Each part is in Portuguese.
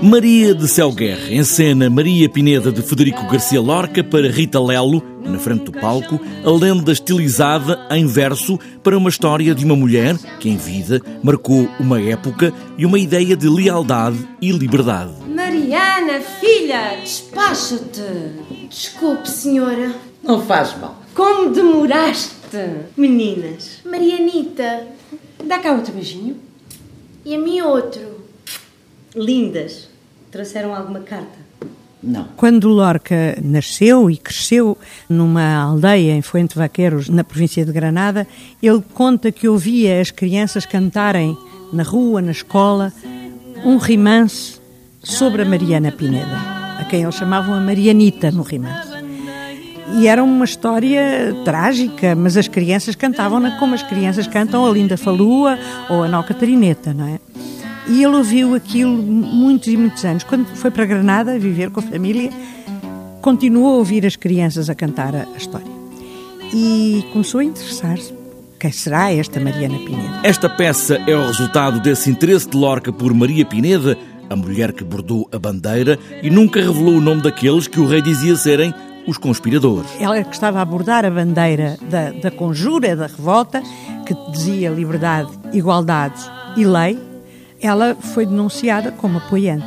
Maria de Céu Guerra encena Maria Pineda de Federico Garcia Lorca para Rita Lelo, na frente do palco, a lenda estilizada em verso para uma história de uma mulher que, em vida, marcou uma época e uma ideia de lealdade e liberdade. Mariana, filha, despacha-te. Desculpe, senhora. Não faz mal. Como demoraste, meninas. Marianita. Dá cá outro beijinho. E a mim outro. Lindas. Trouxeram alguma carta? Não. Quando Lorca nasceu e cresceu numa aldeia em Fuente Vaqueiros, na província de Granada, ele conta que ouvia as crianças cantarem na rua, na escola, um rimance sobre a Mariana Pineda, a quem eles chamavam a Marianita no rimance. E era uma história trágica, mas as crianças cantavam-na como as crianças cantam a Linda Falua ou a Nau Catarineta, não é? E ele ouviu aquilo muitos e muitos anos. Quando foi para Granada viver com a família, continuou a ouvir as crianças a cantar a história. E começou a interessar-se. Quem será esta Mariana Pineda? Esta peça é o resultado desse interesse de Lorca por Maria Pineda, a mulher que bordou a bandeira e nunca revelou o nome daqueles que o rei dizia serem os conspiradores. Ela que estava a bordar a bandeira da conjura, da revolta, que dizia liberdade, igualdade e lei, ela foi denunciada como apoiante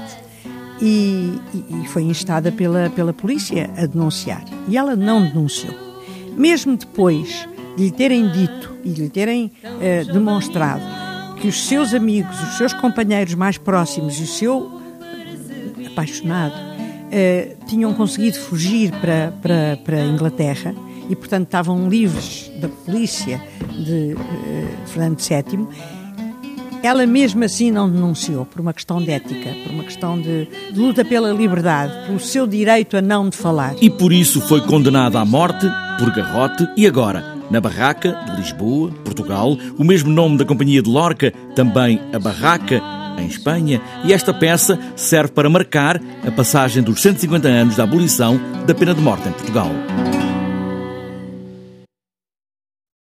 e foi instada pela polícia a denunciar. E ela não denunciou. Mesmo depois de lhe terem dito e de lhe terem demonstrado que os seus amigos, os seus companheiros mais próximos e o seu apaixonado tinham conseguido fugir para a Inglaterra e, portanto, estavam livres da polícia de Fernando VII, ela mesmo assim não denunciou por uma questão de ética, por uma questão de luta pela liberdade, pelo seu direito a não de falar. E por isso foi condenada à morte por garrote e agora, na Barraca de Lisboa, Portugal, o mesmo nome da Companhia de Lorca, também a Barraca, em Espanha, e esta peça serve para marcar a passagem dos 150 anos da abolição da pena de morte em Portugal.